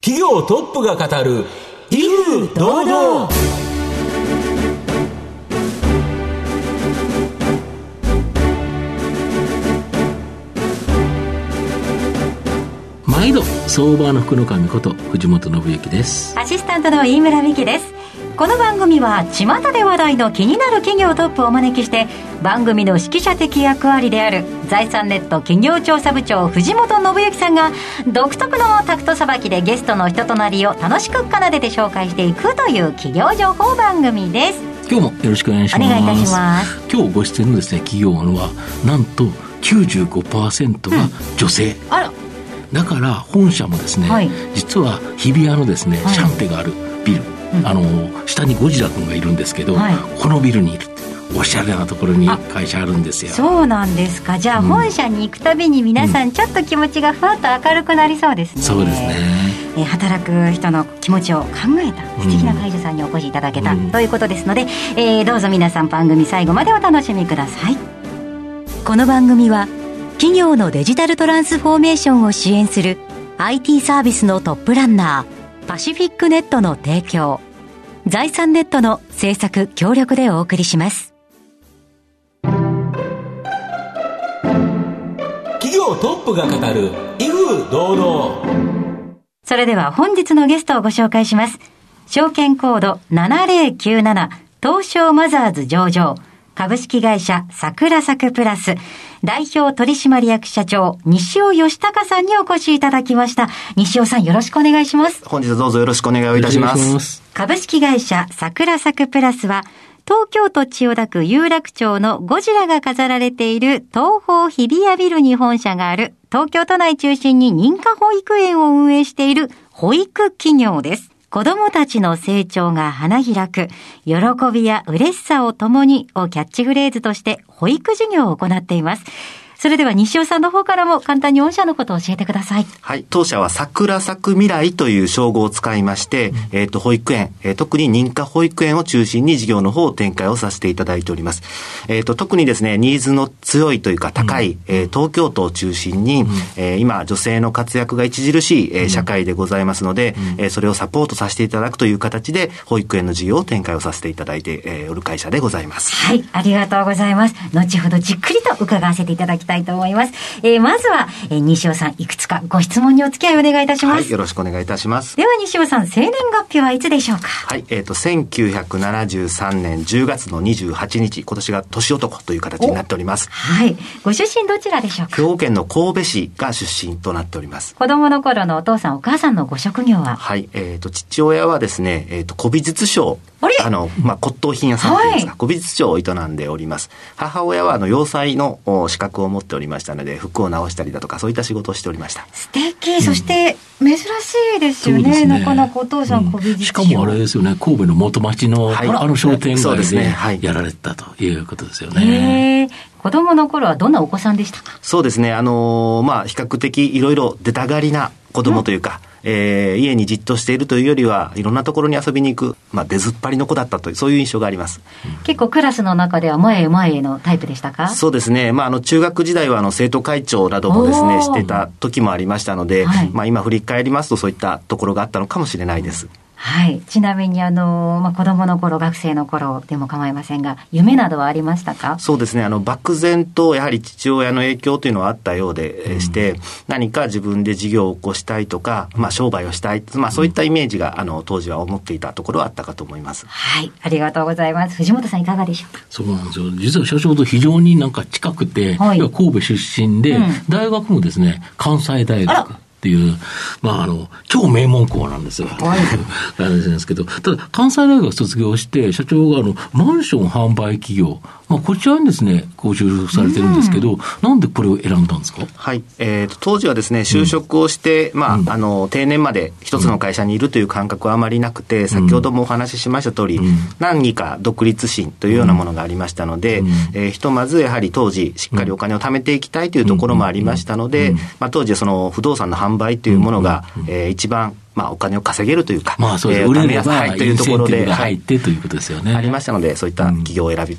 企業トップが語る威風堂々。 毎度相場の福の神こと藤本信之です。 アシスタントの飯村美希です。この番組は巷で話題の気になる企業トップをお招きして、番組の指揮者的役割である財産ネット企業調査部長藤本信之さんが独特のタクトさばきでゲストの人となりを楽しく奏でて紹介していくという企業情報番組です。 今日もよろしくお願いします。 お願いいたします。 今日ご出演のですね、企業はなんと 95% が女性、 あら、 だから本社もですね、はい、実は日比谷のですね、シャンテがあるビル、下にゴジラ君がいるんですけど、このビルにいるおしゃれなところに会社あるんですよ。 そうなんですか。じゃあ本社に行くたびに皆さんちょっと気持ちがふわっと明るくなりそうですね。 そうですね。 働く人の気持ちを考えた素敵な会社さんにお越しいただけた、ということですので、どうぞ皆さん番組最後までお楽しみください。この番組は企業のデジタルトランスフォーメーションを支援する IT サービスのトップランナーパシフィックネットの提供、財産ネットの制作協力でお送りします。 企業トップが語る威風堂々。 それでは本日のゲストをご紹介します。証券コード7097東証マザーズ上場株式会社桜咲プラス代表取締役社長西尾義孝さんにお越しいただきました。西尾さん、よろしくお願いします。 本日どうぞよろしくお願いをいたします。 株式会社桜咲プラスは東京都千代田区有楽町のゴジラが飾られている東宝日比谷ビルに本社がある東京都内中心に認可保育園を運営している保育企業です。子どもたちの成長が花開く、喜びや嬉しさを共にをキャッチフレーズとして保育事業を行っています。それでは西尾さんの方からも簡単に御社のことを教えてください。 はい。当社は桜咲く未来という称号を使いまして、保育園、特に認可保育園を中心に事業の方を展開をさせていただいております。特にですね、ニーズの強いというか高い、東京都を中心に、今女性の活躍が著しい、社会でございますので、それをサポートさせていただくという形で保育園の事業を展開をさせていただいて、おる会社でございます。 はい。ありがとうございます。後ほどじっくりと伺わせていただきたいと思います。まずは、西尾さん、いくつかご質問にお付き合いお願いいたします。 はい、よろしくお願いいたします。 では西尾さん、生年月日はいつでしょうか。 はい、1973年10月の28日、今年が年男という形になっております。 はい。ご出身どちらでしょうか。 兵庫県の神戸市が出身となっております。 子供の頃のお父さんお母さんのご職業は。 はい、父親はですね、古美術商、骨董品屋さんというんですか、古美術商を営んでおります。母親は洋裁の資格を持っておりましたので、服を直したりだとかそういった仕事をしておりました。 素敵。そして珍しいですよね。なかなかお父さん古美術商、 しかもあれですよね、神戸の元町の、商店街でやられたということですよね。 子供の頃はどんなお子さんでしたか。 そうですね、比較的いろいろ出たがりな子供というか、家にじっとしているというよりはいろんなところに遊びに行く、出ずっぱりの子だったという、そういう印象があります。 結構クラスの中では前へ前へのタイプでしたか。 そうですね、中学時代は生徒会長などもですねしてた時もありましたので、今振り返りますとそういったところがあったのかもしれないです。 はい。ちなみに子供の頃、学生の頃でも構いませんが、夢などはありましたか。 そうですね、漠然とやはり父親の影響というのはあったようでして、何か自分で事業を起こしたいとか、商売をしたい、そういったイメージが当時は思っていたところはあったかと思います。 はい。ありがとうございます。藤本さんいかがでしょうか。 そうなんですよ。実は社長と非常に近くて、神戸出身で、大学もですね、関西大学っていう、超名門校なんですよ。なんですけど、ただ、関西大学卒業して、社長がマンション販売企業、こちらにですね、ご就職されてるんですけど、なんでこれを選んだんですか。 はい。当時はですね、就職をして、定年まで一つの会社にいるという感覚はあまりなくて、先ほどもお話ししました通り、何か独立心というようなものがありましたので、ひとまずやはり当時、しっかりお金を貯めていきたいというところもありましたので、当時は不動産の販売というものが、一番、お金を稼げるというか、 そうです。売れればというところで、 入ってということですよね。 ありましたので、そういった企業を選びました。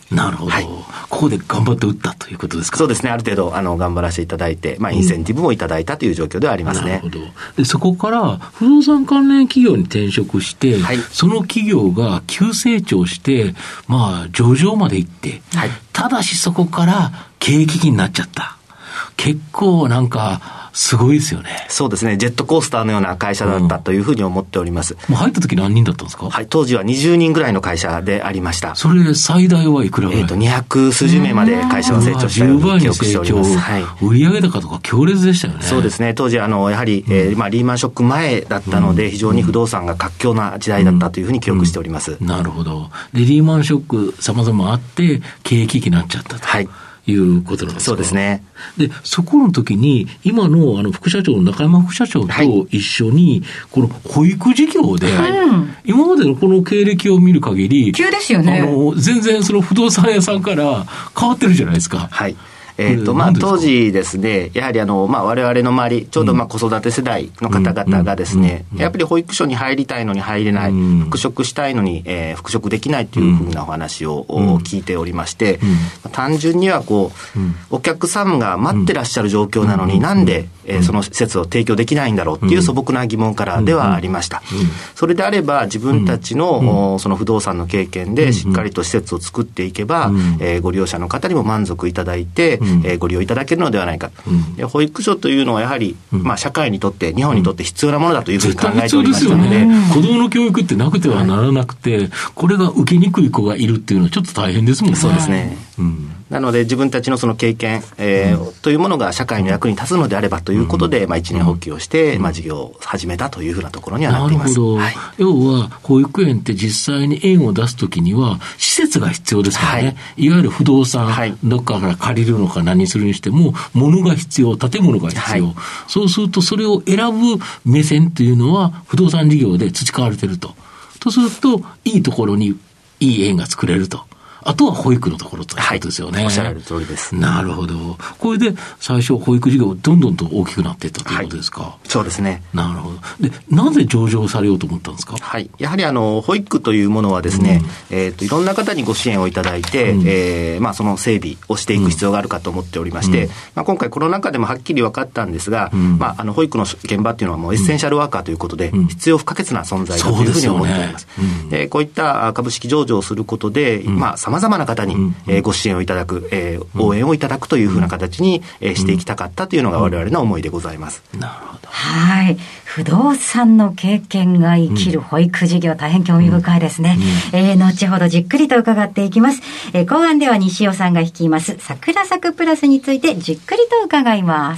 なるほど、はい、ここで頑張って打ったということですか。 そうですね、ある程度頑張らせていただいて、インセンティブもいただいたという状況ではありますね。 なるほど。でそこから不動産関連企業に転職して、はい、その企業が急成長して、上場まで行って、はい、ただしそこから経営危機になっちゃった。結構すごいですよね。 そうですね。ジェットコースターのような会社だったというふうに思っております。 もう入った時何人だったんですか？ はい、当時は20人ぐらいの会社でありました。 それ最大はいくらぐらい ？200数十名まで会社は成長したように記憶しております。 はい、売上高とか強烈でしたよね。 そうですね。当時やはり、リーマンショック前だったので、非常に不動産が活況な時代だったというふうに記憶しております。 なるほど。でリーマンショック様々あって経営危機になっちゃったと。はい。いうことなんですか？ そうですね。 で、そこの時に、今の副社長の中山副社長と一緒に、この保育事業で、今までのこの経歴を見る限り、 急ですよね。 全然その不動産屋さんから変わってるじゃないですか。 はい。当時ですね、やはり我々の周り、ちょうど子育て世代の方々がですね、やっぱり保育所に入りたいのに入れない、復職したいのに、復職できないというふうなお話を聞いておりまして、単純にはお客さんが待ってらっしゃる状況なのに、なんで、その施設を提供できないんだろうっていう素朴な疑問からではありました。それであれば、自分たちのその不動産の経験でしっかりと施設を作っていけば、ご利用者の方にも満足いただいて、ご利用いただけるのではないか、保育所というのはやはり、社会にとって日本にとって必要なものだというふうに考えておりましたので、 子どもの教育ってなくてはならなくて、これが受けにくい子がいるっていうのはちょっと大変ですもんね。 そうですね。なので自分たちのその経験、というものが社会の役に立つのであればということで、一年発起をして、事業を始めたというふうなところにはなっています。 なるほど。はい、要は保育園って実際に園を出すときには施設が必要ですからね。いわゆる不動産、どっかから借りるのか何するにしても物が必要、建物が必要。そうするとそれを選ぶ目線というのは不動産事業で培われていると。とするといいところにいい園が作れると。あとは保育のところということですよね。 おっしゃられる通りです。 なるほど。これで最初保育事業どんどんと大きくなっていったということですか？ そうですね。 なるほど。で、なぜ上場されようと思ったんですか？ はい。やはり保育というものはですね、いろんな方にご支援をいただいて、その整備をしていく必要があるかと思っておりまして、今回コロナ禍でもはっきり分かったんですが、保育の現場っていうのはもうエッセンシャルワーカーということで、必要不可欠な存在だというふうに思っております。で、こういった株式上場をすることで、様々な方にご支援をいただく、応援をいただくというふうな形にしていきたかったというのが我々の思いでございます。 なるほど。 はい。不動産の経験が生きる保育事業、大変興味深いですね。後ほどじっくりと伺っていきます。後半では西尾さんが率います桜咲くプラスについてじっくりと伺います。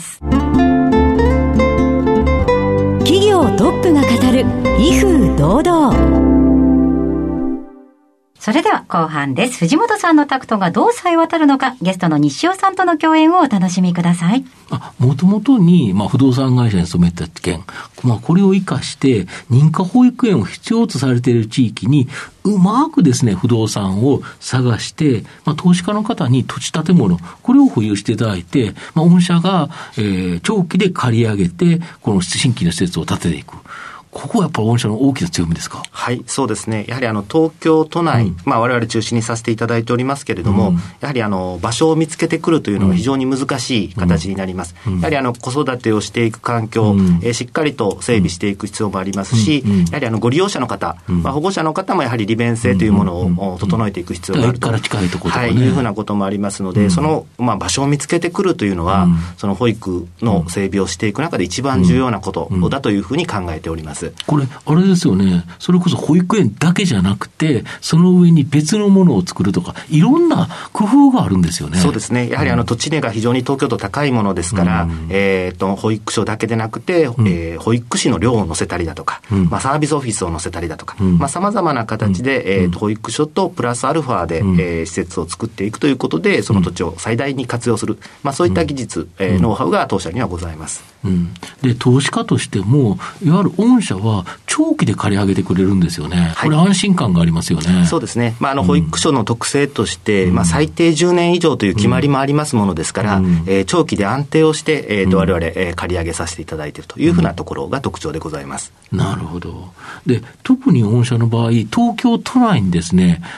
企業トップが語る威風堂々。それでは後半です。藤本さんのタクトがどう冴え渡るのか、ゲストの西尾さんとの共演をお楽しみください。 もともとに、不動産会社に勤めた件、これを生かして認可保育園を必要とされている地域にうまくですね、不動産を探して、投資家の方に土地建物、これを保有していただいて、御社が、長期で借り上げて、この新規の施設を建てていく。ここはやっぱり御社の大きな強みですか？ はい、そうですね。やはり東京都内、我々中心にさせていただいておりますけれども、やはり場所を見つけてくるというのが非常に難しい形になります。やはり子育てをしていく環境、しっかりと整備していく必要もありますし、やはりご利用者の方、保護者の方もやはり利便性というものを整えていく必要があると。 から近いところとかね。 いうふうなこともありますので、その、場所を見つけてくるというのは、その保育の整備をしていく中で一番重要なことだというふうに考えております。 これあれですよね。それこそ保育園だけじゃなくて、その上に別のものを作るとか、いろんな工夫があるんですよね。 そうですね。やはり土地値が非常に東京都高いものですから、保育所だけでなくて、保育士の寮を載せたりだとか、サービスオフィスを載せたりだとか、様々な形で、保育所とプラスアルファで、施設を作っていくということで、その土地を最大に活用する、そういった技術、ノウハウが当社にはございます。 で、投資家としても、いわゆる御社は長期で借り上げてくれるんですよね。これ安心感がありますよね。 そうですね。保育所の特性として、最低10年以上という決まりもありますものですから、長期で安定をして、我々、借り上げさせていただいているというふうなところが特徴でございます。 なるほど。で、特に御社の場合、東京都内にですね、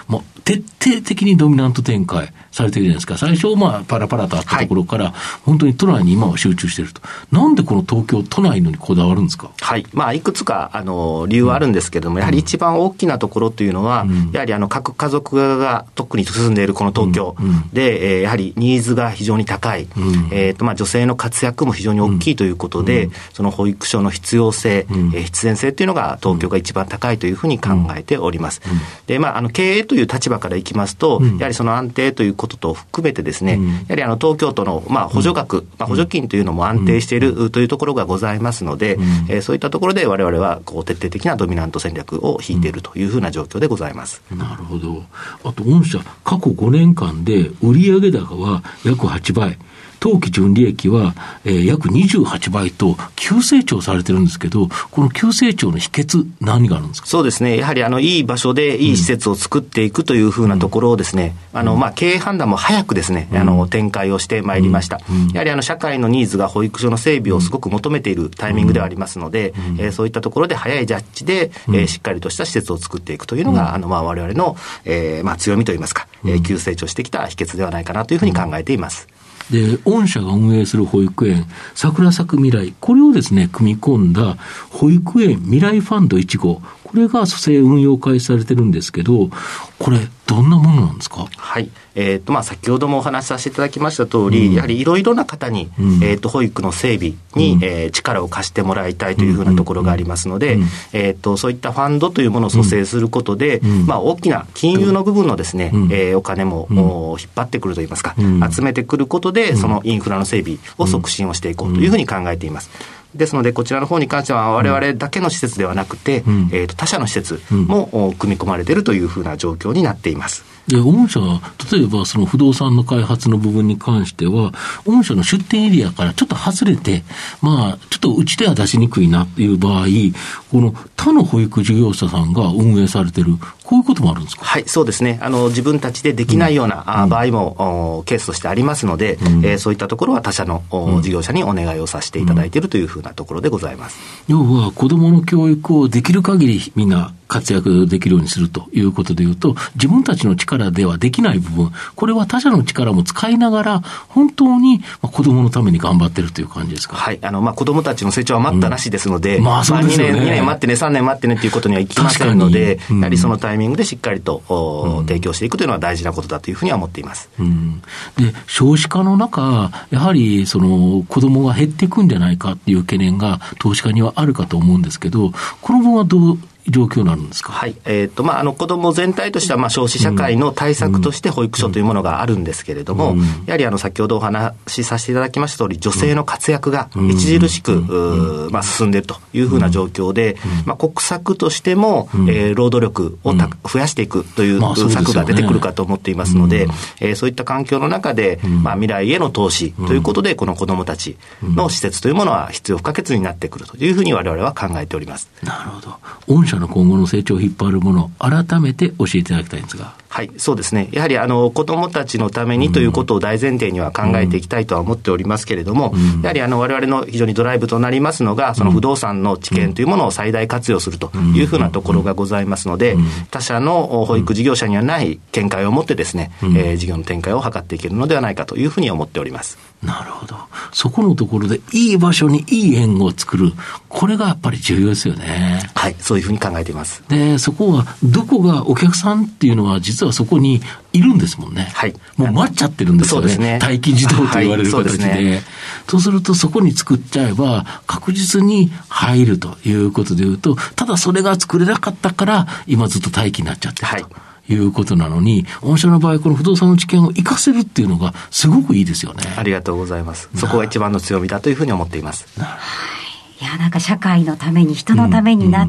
徹底的にドミナント展開されてるじゃないですか。最初パラパラとあったところから、本当に都内に今は集中していると。なんでこの東京都内のにこだわるんですか？ はい。いくつか理由はあるんですけれども、やはり一番大きなところというのは、やはり核家族が特に進んでいるこの東京で、やはりニーズが非常に高い、女性の活躍も非常に大きいということで、その保育所の必要性、必然性というのが東京が一番高いというふうに考えております。で、経営という立場からいきますと、やはりその安定ということと含めてですね、やはり東京都の補助額、補助金というのも安定しているというところがございますので、そういったところで我々は徹底的なドミナント戦略を引いているというふうな状況でございます。 なるほど。あと御社過去5年間で売上高は約8倍、当期純利益は、約28倍と急成長されてるんですけど、この急成長の秘訣何があるんですか？ そうですね。やはりいい場所でいい施設を作っていくというふうなところをですね、経営判断も早くですね、展開をしてまいりました。やはり社会のニーズが保育所の整備をすごく求めているタイミングではありますので、そういったところで早いジャッジで、しっかりとした施設を作っていくというのが、我々の、強みといいますか、急成長してきた秘訣ではないかなというふうに考えています。 で、御社が運営する保育園、桜咲く未来、これをですね、組み込んだ保育園未来ファンド1号、これが蘇生運用開始されてるんですけど、これどんなものなんですか？ はい。先ほどもお話しさせていただきました通り、やはりいろいろな方に、保育の整備に、力を貸してもらいたいというふうなところがありますので、そういったファンドというものを蘇生することで、大きな金融の部分のですね、お金も、引っ張ってくるといいますか、集めてくることで、そのインフラの整備を促進をしていこうというふうに考えています。ですので、こちらの方に関しては我々だけの施設ではなくて、他社の施設も組み込まれているというふうな状況になっています。 で、御社は例えばその不動産の開発の部分に関しては、御社の出店エリアからちょっと外れて、ちょっとうちでは出しにくいなっていう場合、この他の保育事業者さんが運営されている、こういうこともあるんですか？ はい、そうですね。自分たちでできないような場合もケースとしてありますので、そういったところは他社の事業者にお願いをさせていただいているというふうなところでございます。 要は子どもの教育をできる限りみんな活躍できるようにするということでいうと、自分たちの力ではできない部分、これは他者の力も使いながら本当に子どものために頑張っているという感じですか？ はい、子どもたちの成長は待ったなしですので、 そうですよね。 2年待ってね、3年待ってねということにはいきませんので、やはりそのタイミングでしっかりと、提供していくというのは大事なことだというふうには思っています。 で、少子化の中、やはりその子どもが減っていくんじゃないかっていう懸念が投資家にはあるかと思うんですけど、この分はどう状況になるんですか？ はい。子ども全体としては、少子社会の対策として保育所というものがあるんですけれども、やはり先ほどお話しさせていただきました通り、女性の活躍が著しく、進んでいるというふうな状況で、国策としても、労働力を増やしていくという策が出てくるかと思っていますので、そういった環境の中で、未来への投資ということで、この子どもたちの施設というものは必要不可欠になってくるというふうに我々は考えております。 なるほど。御社の今後の成長を引っ張るもの、改めて教えていただきたいんですが。 はい、そうですね。やはり子どもたちのためにということを大前提には考えていきたいとは思っておりますけれども、やはり我々の非常にドライブとなりますのが、その不動産の知見というものを最大活用するというふうなところがございますので、他社の保育事業者にはない見解を持ってですね、事業の展開を図っていけるのではないかというふうに思っております。 なるほど。そこのところでいい場所にいい縁を作る、これがやっぱり重要ですよね。 はい、そういうふうに考えています。 で、そこはどこがお客さんっていうのは実はそこにいるんですもんね。 はい。 もう待っちゃってるんですよね。そうですね。待機児童と言われる形で。はい、そうするとそこに作っちゃえば確実に入るということでいうと、ただそれが作れなかったから今ずっと待機になっちゃってると。はいいうことなのに、御社の場合この不動産の知見を活かせるっていうのがすごくいいですよね。 ありがとうございます。そこが一番の強みだというふうに思っています。 いや、なんか社会のために人のためになって、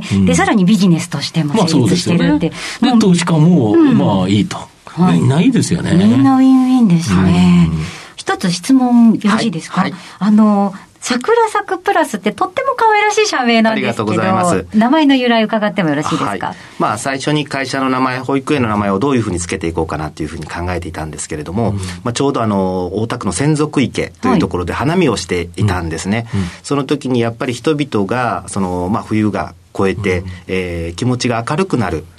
でさらにビジネスとしても成立してるって、 で投資家も、いいと、ないですよね。 みんなウィンウィンですね。一つ質問よろしいですか？桜咲くプラスってとっても可愛らしい社名なんですけど、ありがとうございます。名前の由来伺ってもよろしいですか？ はい、最初に会社の名前、保育園の名前をどういうふうにつけていこうかなというふうに考えていたんですけれども、ちょうど大田区の洗足池というところで花見をしていたんですね。その時にやっぱり人々が冬が越えて、気持ちが明るくなる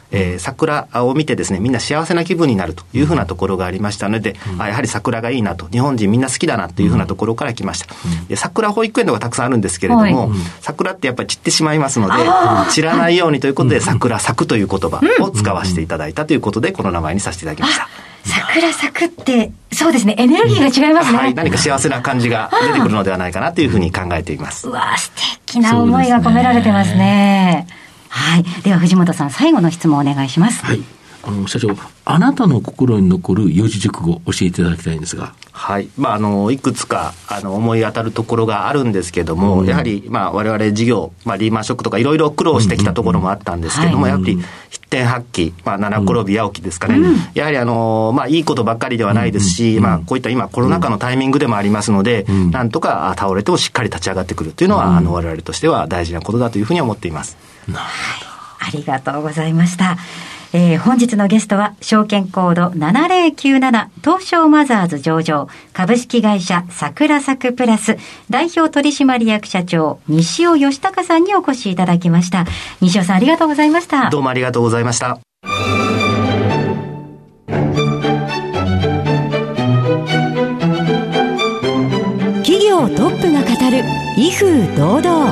桜を見てですね、みんな幸せな気分になるというふうなところがありましたので、やはり桜がいいなと、日本人みんな好きだなというふうなところから来ました。で、桜保育園とかたくさんあるんですけれども、桜ってやっぱり散ってしまいますので、散らないようにということで、桜咲くという言葉を使わせていただいたということで、この名前にさせていただきました。 桜咲くって、そうですね、エネルギーが違いますね。 はい、何か幸せな感じが出てくるのではないかなというふうに考えています。 うわ、素敵な思いが込められてますね。はい。では藤本さん、最後の質問をお願いします。 はい。社長、あなたの心に残る四字熟語を教えていただきたいんですが。 はい。いくつか、思い当たるところがあるんですけども、やはり、我々事業、リーマンショックとかいろいろ苦労してきたところもあったんですけども、やっぱり、必転発起、七転び八起きですかね。やはり、いいことばっかりではないですし、こういった今、コロナ禍のタイミングでもありますので、なんとか倒れてもしっかり立ち上がってくるというのは、我々としては大事なことだというふうに思っています。 なるほど。ありがとうございました。本日のゲストは証券コード7097東証マザーズ上場株式会社桜咲くプラス代表取締役社長西尾義孝さんにお越しいただきました。西尾さん、ありがとうございました。 どうもありがとうございました。 企業トップが語る威風堂々。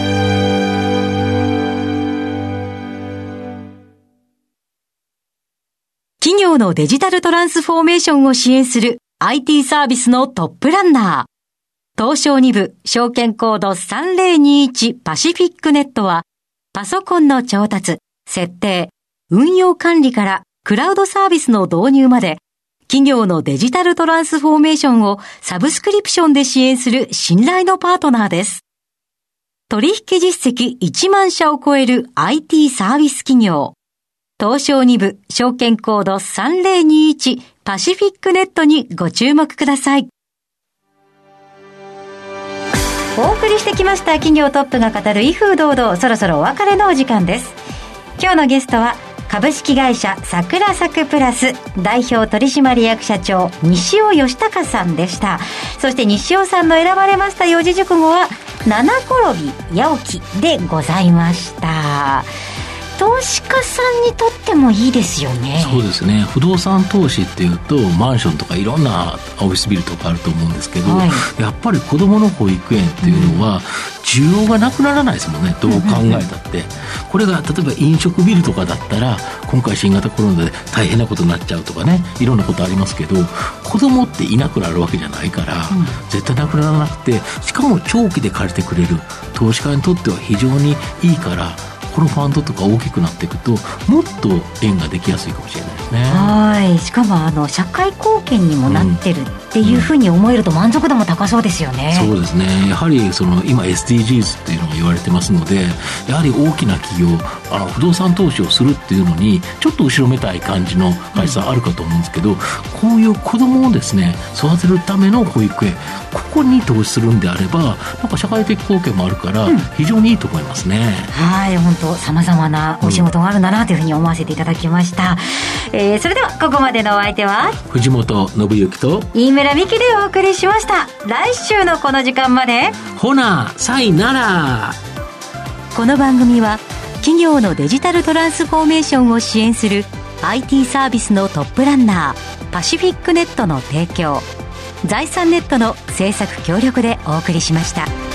企業のデジタルトランスフォーメーションを支援する IT サービスのトップランナー。東証2部証券コード3021パシフィックネットは、パソコンの調達、設定、運用管理からクラウドサービスの導入まで、企業のデジタルトランスフォーメーションをサブスクリプションで支援する信頼のパートナーです。取引実績1万社を超える IT サービス企業。東証2部証券コード3021パシフィックネットにご注目ください。お送りしてきました企業トップが語る威風堂々、そろそろお別れのお時間です。今日のゲストは株式会社桜咲くプラス代表取締役社長西尾義孝さんでした。そして西尾さんの選ばれました四字熟語は七転び八起きでございました。投資家さんにとってもいいですよね。 そうですね。不動産投資っていうとマンションとかいろんなオフィスビルとかあると思うんですけど、やっぱり子どもの保育園っていうのは需要がなくならないですもんね。どう考えたって、これが例えば飲食ビルとかだったら今回新型コロナで大変なことになっちゃうとかね、いろんなことありますけど、子どもっていなくなるわけじゃないから、絶対なくならなくて、しかも長期で借りてくれる投資家にとっては非常にいいから、このファンドとか大きくなっていくともっと円ができやすいかもしれないですね。 はい。しかも社会貢献にもなってるっていうふうに思えると満足度も高そうですよね。 そうですね。やはり今 SDGs っていうのが言われてますので、やはり大きな企業不動産投資をするっていうのにちょっと後ろめたい感じの会社あるかと思うんですけど、こういう子どもをですね育てるための保育園、ここに投資するんであればなんか社会的貢献もあるから非常にいいと思いますね。 はい。本当様々なお仕事があるんだなというふうに思わせていただきました。それではここまでのお相手は藤本信之と飯村美希でお送りしました。来週のこの時間までほなさいなら。 この番組は企業のデジタルトランスフォーメーションを支援する IT サービスのトップランナーパシフィックネットの提供、財産ネットの制作協力でお送りしました。